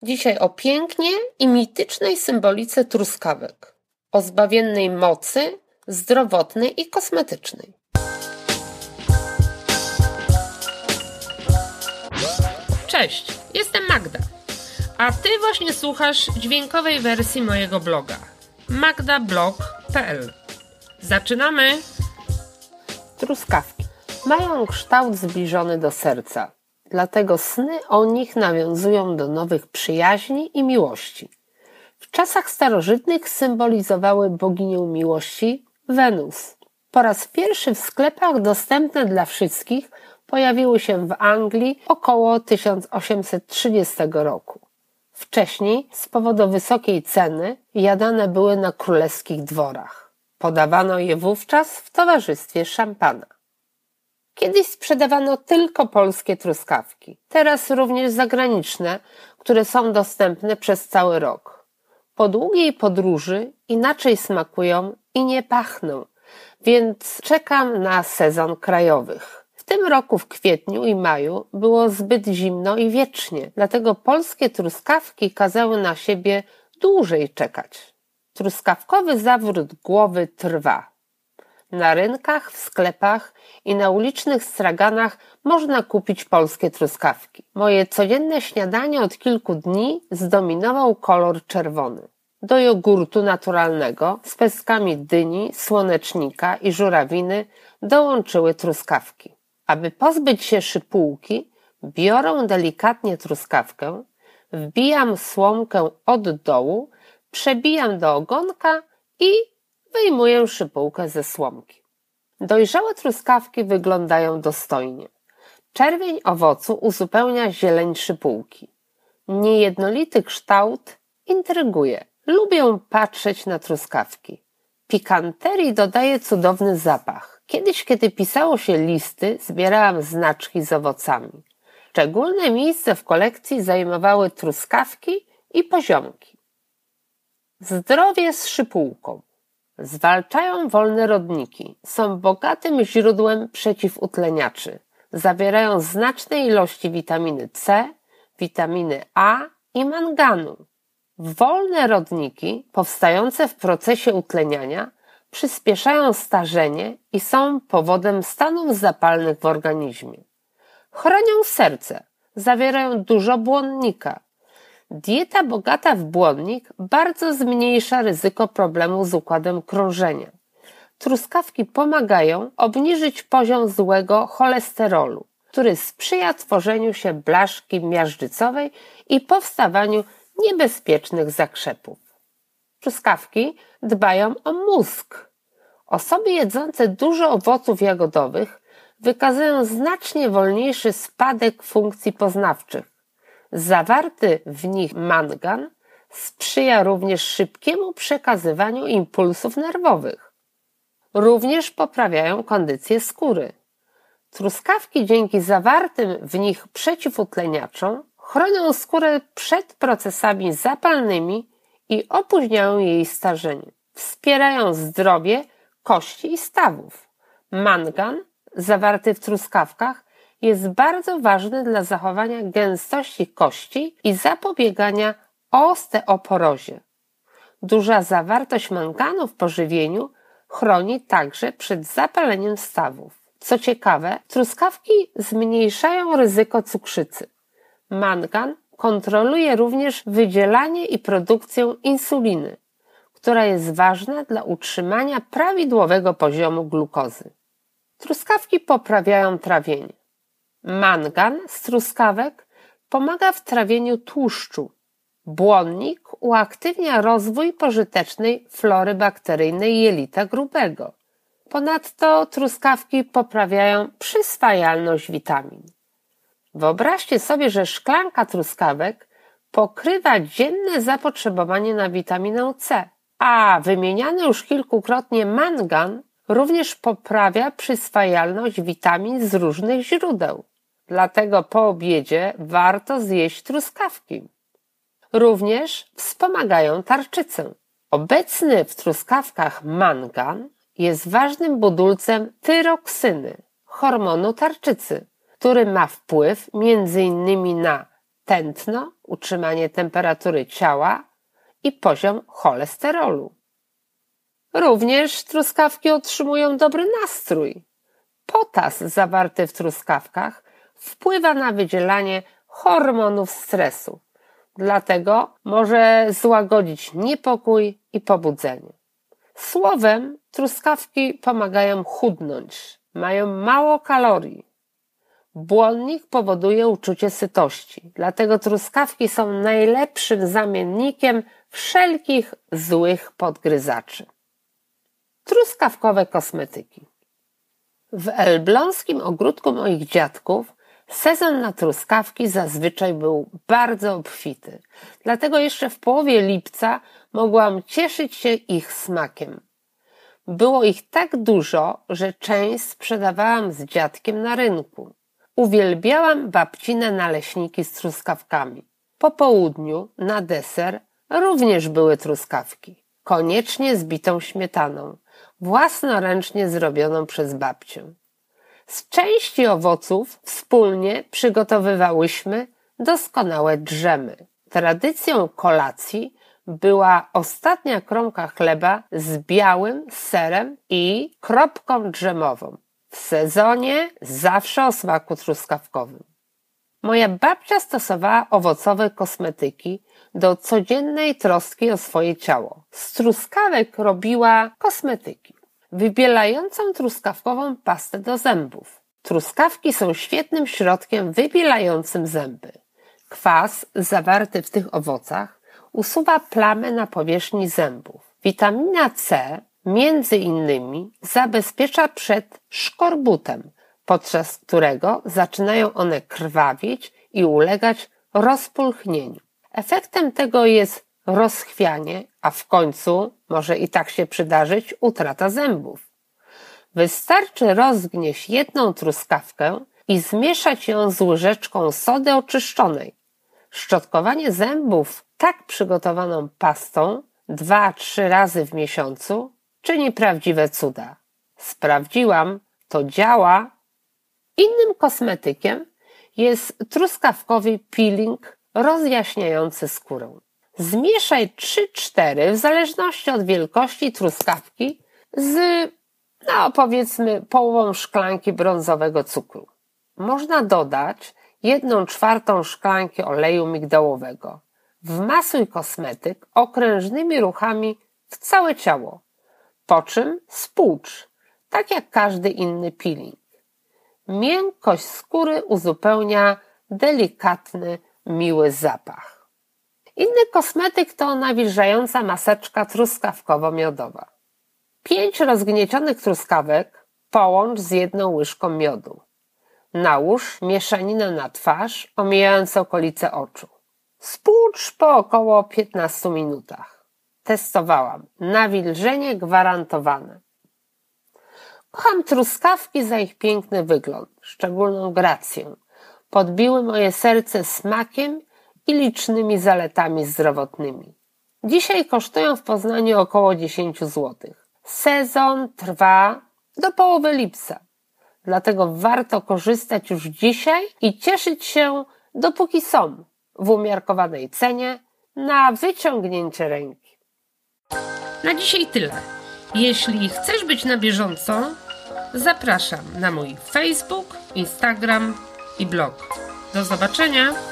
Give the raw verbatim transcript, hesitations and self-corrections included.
Dzisiaj o pięknie i mitycznej symbolice truskawek, o zbawiennej mocy zdrowotnej i kosmetycznej. Cześć, jestem Magda, a Ty właśnie słuchasz dźwiękowej wersji mojego bloga magda blog kropka p l. Zaczynamy! Truskawki mają kształt zbliżony do serca. Dlatego sny o nich nawiązują do nowych przyjaźni i miłości. W czasach starożytnych symbolizowały boginię miłości Wenus. Po raz pierwszy w sklepach dostępne dla wszystkich pojawiły się w Anglii około tysiąc osiemset trzydziestego roku. Wcześniej z powodu wysokiej ceny jadane były na królewskich dworach. Podawano je wówczas w towarzystwie szampana. Kiedyś sprzedawano tylko polskie truskawki, teraz również zagraniczne, które są dostępne przez cały rok. Po długiej podróży inaczej smakują i nie pachną, więc czekam na sezon krajowych. W tym roku w kwietniu i maju było zbyt zimno i wiecznie, dlatego polskie truskawki kazały na siebie dłużej czekać. Truskawkowy zawrót głowy trwa. Na rynkach, w sklepach i na ulicznych straganach można kupić polskie truskawki. Moje codzienne śniadanie od kilku dni zdominował kolor czerwony. Do jogurtu naturalnego z pestkami dyni, słonecznika i żurawiny dołączyły truskawki. Aby pozbyć się szypułki, biorę delikatnie truskawkę, wbijam słomkę od dołu, przebijam do ogonka i wyjmuję szypułkę ze słomki. Dojrzałe truskawki wyglądają dostojnie. Czerwień owocu uzupełnia zieleń szypułki. Niejednolity kształt intryguje. Lubię patrzeć na truskawki. Pikanterii dodaje cudowny zapach. Kiedyś, kiedy pisało się listy, zbierałam znaczki z owocami. Szczególne miejsce w kolekcji zajmowały truskawki i poziomki. Zdrowie z szypułką. Zwalczają wolne rodniki, są bogatym źródłem przeciwutleniaczy. Zawierają znaczne ilości witaminy C, witaminy A i manganu. Wolne rodniki, powstające w procesie utleniania, przyspieszają starzenie i są powodem stanów zapalnych w organizmie. Chronią serce, zawierają dużo błonnika. Dieta bogata w błonnik bardzo zmniejsza ryzyko problemu z układem krążenia. Truskawki pomagają obniżyć poziom złego cholesterolu, który sprzyja tworzeniu się blaszki miażdżycowej i powstawaniu niebezpiecznych zakrzepów. Truskawki dbają o mózg. Osoby jedzące dużo owoców jagodowych wykazują znacznie wolniejszy spadek funkcji poznawczych. Zawarty w nich mangan sprzyja również szybkiemu przekazywaniu impulsów nerwowych. Również poprawiają kondycję skóry. Truskawki dzięki zawartym w nich przeciwutleniaczom chronią skórę przed procesami zapalnymi i opóźniają jej starzenie. Wspierają zdrowie kości i stawów. Mangan zawarty w truskawkach jest bardzo ważny dla zachowania gęstości kości i zapobiegania osteoporozie. Duża zawartość manganu w pożywieniu chroni także przed zapaleniem stawów. Co ciekawe, truskawki zmniejszają ryzyko cukrzycy. Mangan kontroluje również wydzielanie i produkcję insuliny, która jest ważna dla utrzymania prawidłowego poziomu glukozy. Truskawki poprawiają trawienie. Mangan z truskawek pomaga w trawieniu tłuszczu. Błonnik uaktywnia rozwój pożytecznej flory bakteryjnej jelita grubego. Ponadto truskawki poprawiają przyswajalność witamin. Wyobraźcie sobie, że szklanka truskawek pokrywa dzienne zapotrzebowanie na witaminę C, a wymieniany już kilkukrotnie mangan również poprawia przyswajalność witamin z różnych źródeł. Dlatego po obiedzie warto zjeść truskawki. Również wspomagają tarczycę. Obecny w truskawkach mangan jest ważnym budulcem tyroksyny, hormonu tarczycy, który ma wpływ między innymi na tętno, utrzymanie temperatury ciała i poziom cholesterolu. Również truskawki otrzymują dobry nastrój. Potas zawarty w truskawkach wpływa na wydzielanie hormonów stresu, dlatego może złagodzić niepokój i pobudzenie. Słowem, truskawki pomagają chudnąć, mają mało kalorii. Błonnik powoduje uczucie sytości, dlatego truskawki są najlepszym zamiennikiem wszelkich złych podgryzaczy. Truskawkowe kosmetyki. W elbląskim ogródku moich dziadków sezon na truskawki zazwyczaj był bardzo obfity, dlatego jeszcze w połowie lipca mogłam cieszyć się ich smakiem. Było ich tak dużo, że część sprzedawałam z dziadkiem na rynku. Uwielbiałam babcine naleśniki z truskawkami. Po południu na deser również były truskawki, koniecznie z bitą śmietaną, własnoręcznie zrobioną przez babcię. Z części owoców wspólnie przygotowywałyśmy doskonałe dżemy. Tradycją kolacji była ostatnia kromka chleba z białym serem i kropką dżemową. W sezonie zawsze o smaku truskawkowym. Moja babcia stosowała owocowe kosmetyki do codziennej troski o swoje ciało. Z truskawek robiła kosmetyki. Wybielającą truskawkową pastę do zębów. Truskawki są świetnym środkiem wybielającym zęby. Kwas zawarty w tych owocach usuwa plamy na powierzchni zębów. Witamina C między innymi zabezpiecza przed szkorbutem, podczas którego zaczynają one krwawić i ulegać rozpulchnieniu. Efektem tego jest rozchwianie, a w końcu może i tak się przydarzyć utrata zębów. Wystarczy rozgnieść jedną truskawkę i zmieszać ją z łyżeczką sody oczyszczonej. Szczotkowanie zębów tak przygotowaną pastą dwa trzy razy w miesiącu czyni prawdziwe cuda. Sprawdziłam, to działa. Innym kosmetykiem jest truskawkowy peeling rozjaśniający skórę. Zmieszaj trzy cztery w zależności od wielkości truskawki z, no powiedzmy, połową szklanki brązowego cukru. Można dodać jedną czwartą szklanki oleju migdałowego. Wmasuj kosmetyk okrężnymi ruchami w całe ciało, po czym spłucz, tak jak każdy inny peeling. Miękkość skóry uzupełnia delikatny, miły zapach. Inny kosmetyk to nawilżająca maseczka truskawkowo-miodowa. Pięć rozgniecionych truskawek połącz z jedną łyżką miodu. Nałóż mieszaninę na twarz, omijając okolice oczu. Spłucz po około piętnastu minutach. Testowałam. Nawilżenie gwarantowane. Kocham truskawki za ich piękny wygląd, szczególną grację. Podbiły moje serce smakiem i licznymi zaletami zdrowotnymi. Dzisiaj kosztują w Poznaniu około dziesięć złotych. Sezon trwa do połowy lipca. Dlatego warto korzystać już dzisiaj i cieszyć się, dopóki są, w umiarkowanej cenie, na wyciągnięcie ręki. Na dzisiaj tyle. Jeśli chcesz być na bieżąco, zapraszam na mój Facebook, Instagram i blog. Do zobaczenia!